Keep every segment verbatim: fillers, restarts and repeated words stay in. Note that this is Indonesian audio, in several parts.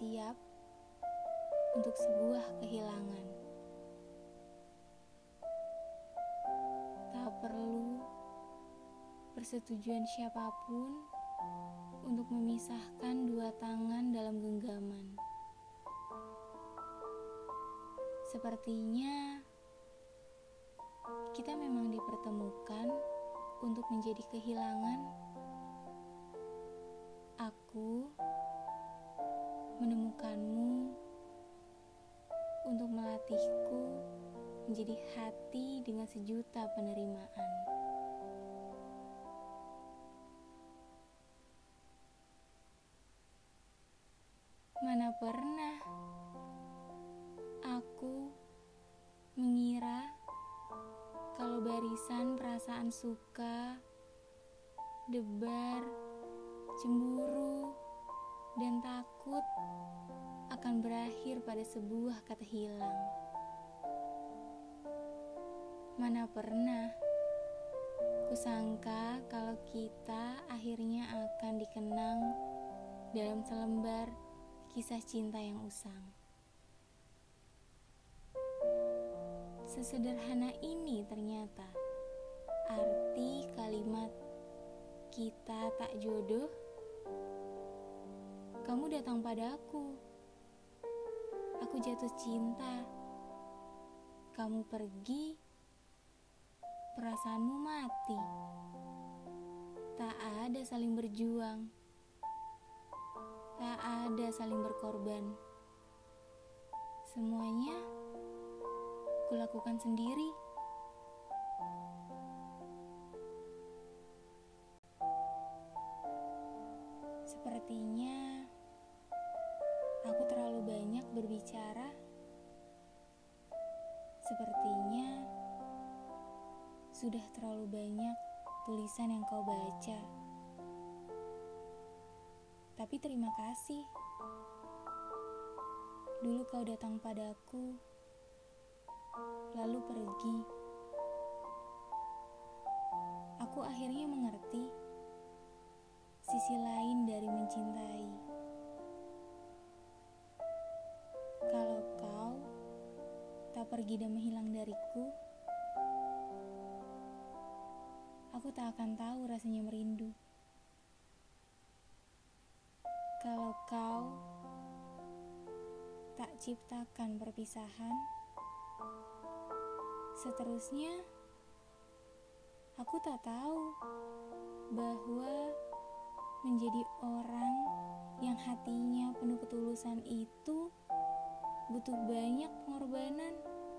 siap untuk sebuah kehilangan. Tak perlu persetujuan siapapun untuk memisahkan dua tangan dalam genggaman. Sepertinya kita memang dipertemukan untuk menjadi kehilangan. Aku menemukanmu untuk melatihku menjadi hati dengan sejuta penerimaan. Mana pernah aku mengira kalau barisan perasaan suka, debar, cemburu, dan takut akan berakhir pada sebuah kata hilang. Mana pernah kusangka kalau kita akhirnya akan dikenang dalam selembar kisah cinta yang usang. Sesederhana ini ternyata arti kalimat kita tak jodoh. Kamu datang padaku, aku jatuh cinta. Kamu pergi, perasaanmu mati. Tak ada saling berjuang, tak ada saling berkorban. Semuanya kulakukan sendiri. Sepertinya aku terlalu banyak berbicara. Sepertinya sudah terlalu banyak tulisan yang kau baca. Tapi terima kasih. Dulu kau datang padaku, lalu pergi. Aku akhirnya mengerti sisi lain dari mencintai. Kalau kau tak pergi dan menghilang dariku, aku tak akan tahu rasanya merindu. Kalau kau tak ciptakan perpisahan, seterusnya aku tak tahu bahwa menjadi orang yang hatinya penuh ketulusan itu butuh banyak pengorbanan.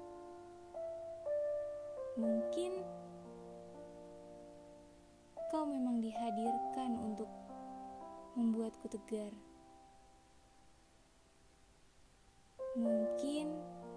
Mungkin kau memang dihadirkan untuk membuatku tegar. Mungkin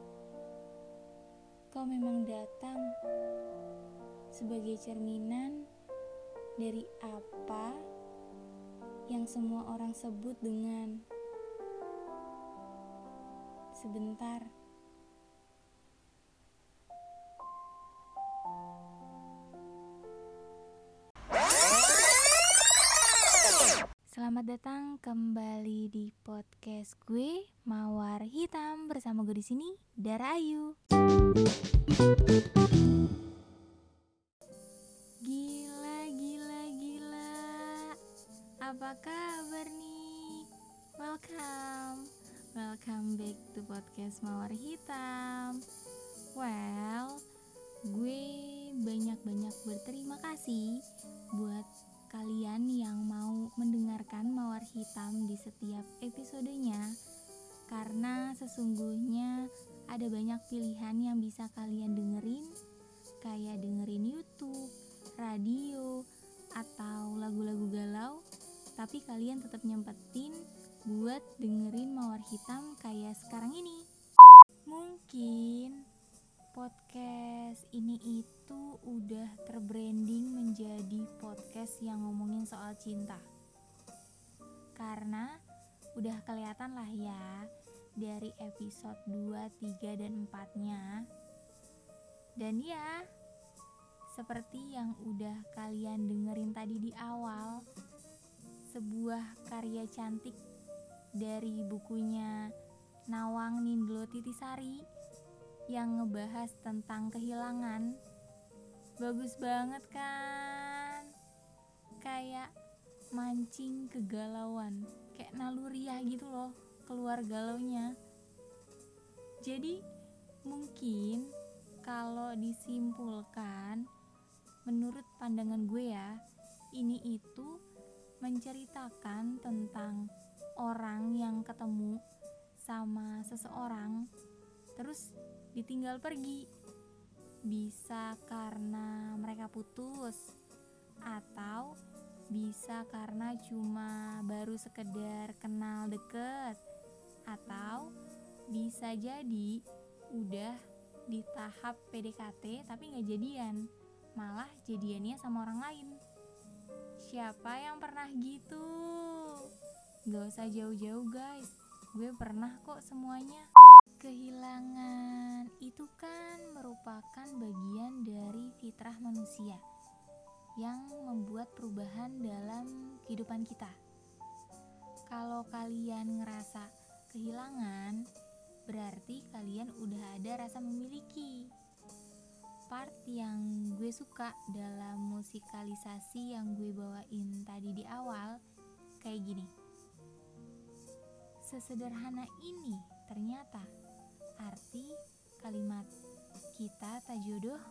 kau memang datang sebagai cerminan dari apa yang semua orang sebut dengan sebentar. Selamat datang kembali di podcast gue, Mawar Hitam, bersama gue di sini, Dara Ayu. Gila, gila, gila. Apa kabar nih? Welcome. Welcome back to podcast Mawar Hitam. Well, gue banyak-banyak berterima kasih buat kalian yang mau mendengarkan Mawar Hitam di setiap episodenya, karena sesungguhnya ada banyak pilihan yang bisa kalian dengerin, kayak dengerin YouTube, radio, atau lagu-lagu galau, tapi kalian tetap nyempetin buat dengerin Mawar Hitam kayak sekarang ini. Mungkin podcast ini itu udah terbranding menjadi podcast yang ngomongin soal cinta, karena udah kelihatan lah ya dari episode dua, tiga, dan empat-nya. Dan ya, seperti yang udah kalian dengerin tadi di awal, sebuah karya cantik dari bukunya Nawang Nindlo Titisari yang ngebahas tentang kehilangan. Bagus banget kan? Kayak mancing kegalauan, kayak naluriah gitu loh, keluar galaunya. Jadi mungkin kalau disimpulkan, menurut pandangan gue ya, ini itu menceritakan tentang orang yang ketemu sama seseorang terus ditinggal pergi. Bisa karena mereka putus, atau bisa karena cuma baru sekedar kenal deket, atau bisa jadi udah di tahap P D K T tapi gak jadian, malah jadiannya sama orang lain. Siapa yang pernah gitu? Gak usah jauh-jauh guys, gue pernah kok semuanya. Kehilangan itu kan merupakan bagian dari fitrah manusia yang membuat perubahan dalam kehidupan kita. Kalau kalian ngerasa kehilangan, berarti kalian udah ada rasa memiliki. Part yang gue suka dalam musikalisasi yang gue bawain tadi di awal kayak gini. Sesederhana ini ternyata arti kalimat kita tak jodoh.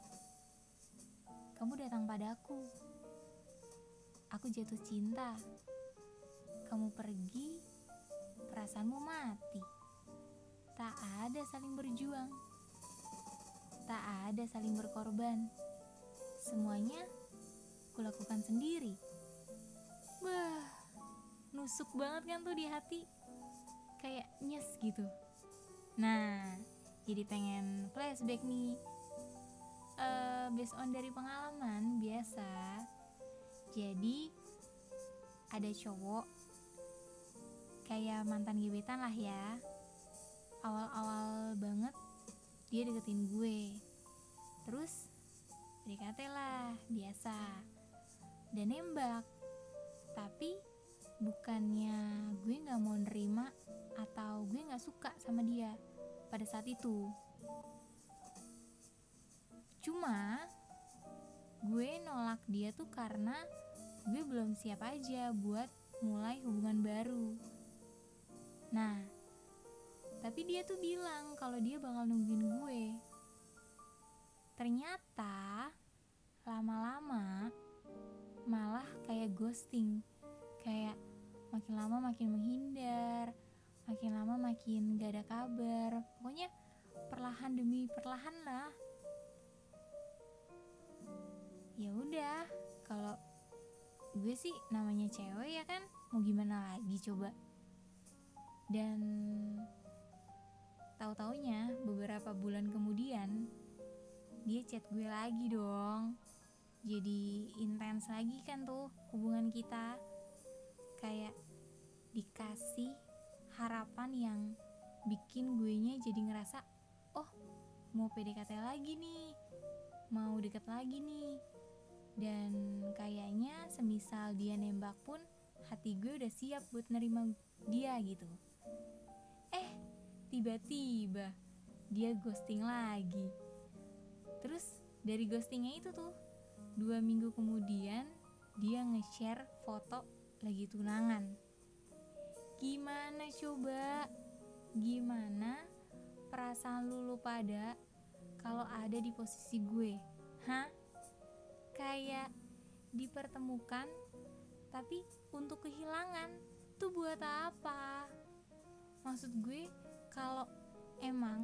Kamu datang padaku, aku jatuh cinta. Kamu pergi, perasaanmu mati. Tak ada saling berjuang, tak ada saling berkorban. Semuanya kulakukan sendiri. Bah, nusuk banget kan tuh di hati, kayak nyes gitu. Nah, jadi pengen flashback nih. uh, Based on dari pengalaman biasa. Jadi ada cowok, kayak mantan gebetan lah ya. Awal-awal banget dia deketin gue, terus P D K T lah biasa, dan nembak. Tapi bukannya gue gak mau nerima atau gue gak suka sama dia pada saat itu. Cuma gue nolak dia tuh karena gue belum siap aja buat mulai hubungan baru. Nah, tapi dia tuh bilang kalau dia bakal nungguin gue. Ternyata lama-lama malah kayak ghosting, kayak makin lama makin menghindar, makin lama makin gak ada kabar. Pokoknya perlahan demi perlahan lah. Ya udah, kalau gue sih namanya cewek ya kan, mau gimana lagi coba. Dan tahu-taunya beberapa bulan kemudian dia chat gue lagi dong. Jadi intens lagi kan tuh hubungan kita. Kayak dikasih harapan yang bikin guenya jadi ngerasa, oh mau P D K T lagi nih, mau deket lagi nih. Dan kayaknya semisal dia nembak pun hati gue udah siap buat nerima dia gitu. Eh tiba-tiba dia ghosting lagi. Terus dari ghostingnya itu tuh, dua minggu kemudian dia nge-share foto lagi tunangan. Gimana coba? Gimana perasaan lu pada kalau ada di posisi gue? Hah? Kayak dipertemukan tapi untuk kehilangan tuh buat apa? Maksud gue kalau emang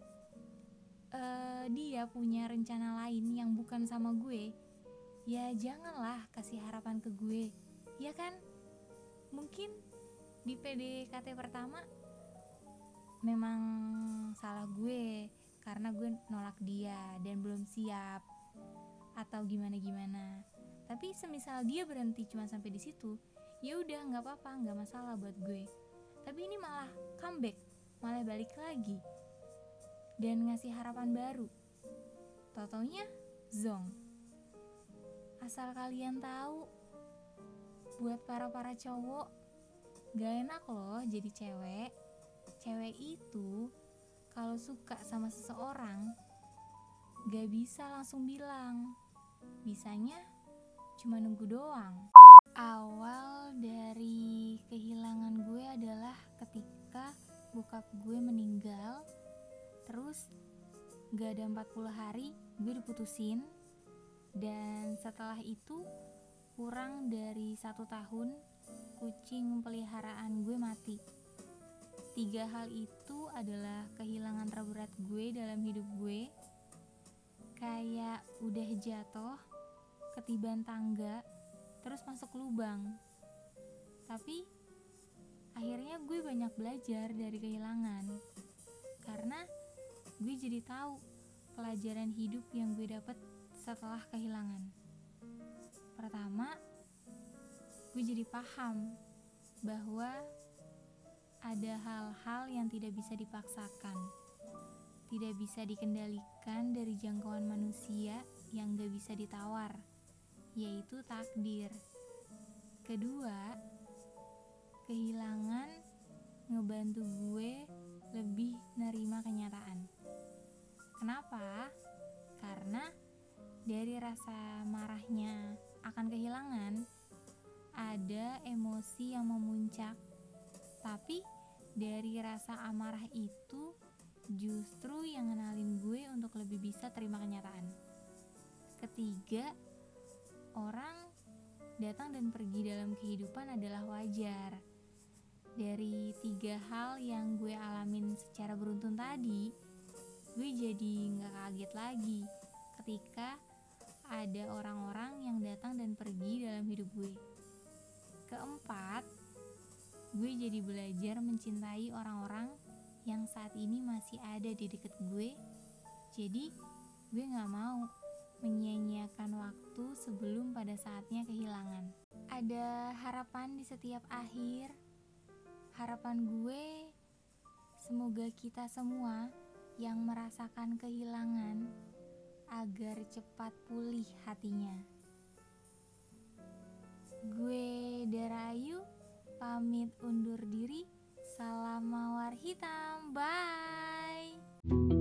uh, dia punya rencana lain yang bukan sama gue, ya janganlah kasih harapan ke gue, ya kan? Mungkin di P D K T pertama memang salah gue karena gue nolak dia dan belum siap atau gimana-gimana. Tapi semisal dia berhenti cuma sampai di situ, ya udah nggak apa-apa, nggak masalah buat gue. Tapi ini malah comeback, malah balik lagi dan ngasih harapan baru. Tau-taunya zong. Asal kalian tahu, buat para-para cowok, Gak enak loh jadi cewek. Cewek itu kalau suka sama seseorang gak bisa langsung bilang. Bisanya cuma nunggu doang. Awal dari kehilangan gue adalah ketika bokap gue meninggal. Terus gak ada empat puluh hari gue diputusin. Dan setelah itu kurang dari satu tahun kucing peliharaan gue mati. Tiga hal itu adalah kehilangan terberat gue dalam hidup gue. Kayak udah jatuh, ketiban tangga, terus masuk lubang. Tapi akhirnya gue banyak belajar dari kehilangan. Karena gue jadi tahu pelajaran hidup yang gue dapet setelah kehilangan. Pertama, gue jadi paham bahwa ada hal-hal yang tidak bisa dipaksakan, tidak bisa dikendalikan dari jangkauan manusia yang gak bisa ditawar, yaitu takdir. Kedua, kehilangan ngebantu gue lebih nerima kenyataan. Kenapa? Karena dari rasa marahnya akan kehilangan, ada emosi yang memuncak. Tapi dari rasa amarah itu justru yang ngenalin gue untuk lebih bisa terima kenyataan. Ketiga, orang datang dan pergi dalam kehidupan adalah wajar. Dari tiga hal yang gue alamin secara beruntun tadi, gue jadi gak kaget lagi ketika ada orang-orang yang datang dan pergi dalam hidup gue. Keempat, gue jadi belajar mencintai orang-orang yang saat ini masih ada di dekat gue. Jadi gue gak mau menyia-nyiakan waktu sebelum pada saatnya kehilangan. Ada harapan di setiap akhir. Harapan gue semoga kita semua yang merasakan kehilangan agar cepat pulih hatinya. Gue Darayu pamit undur diri. Salam mawar hitam. Bye.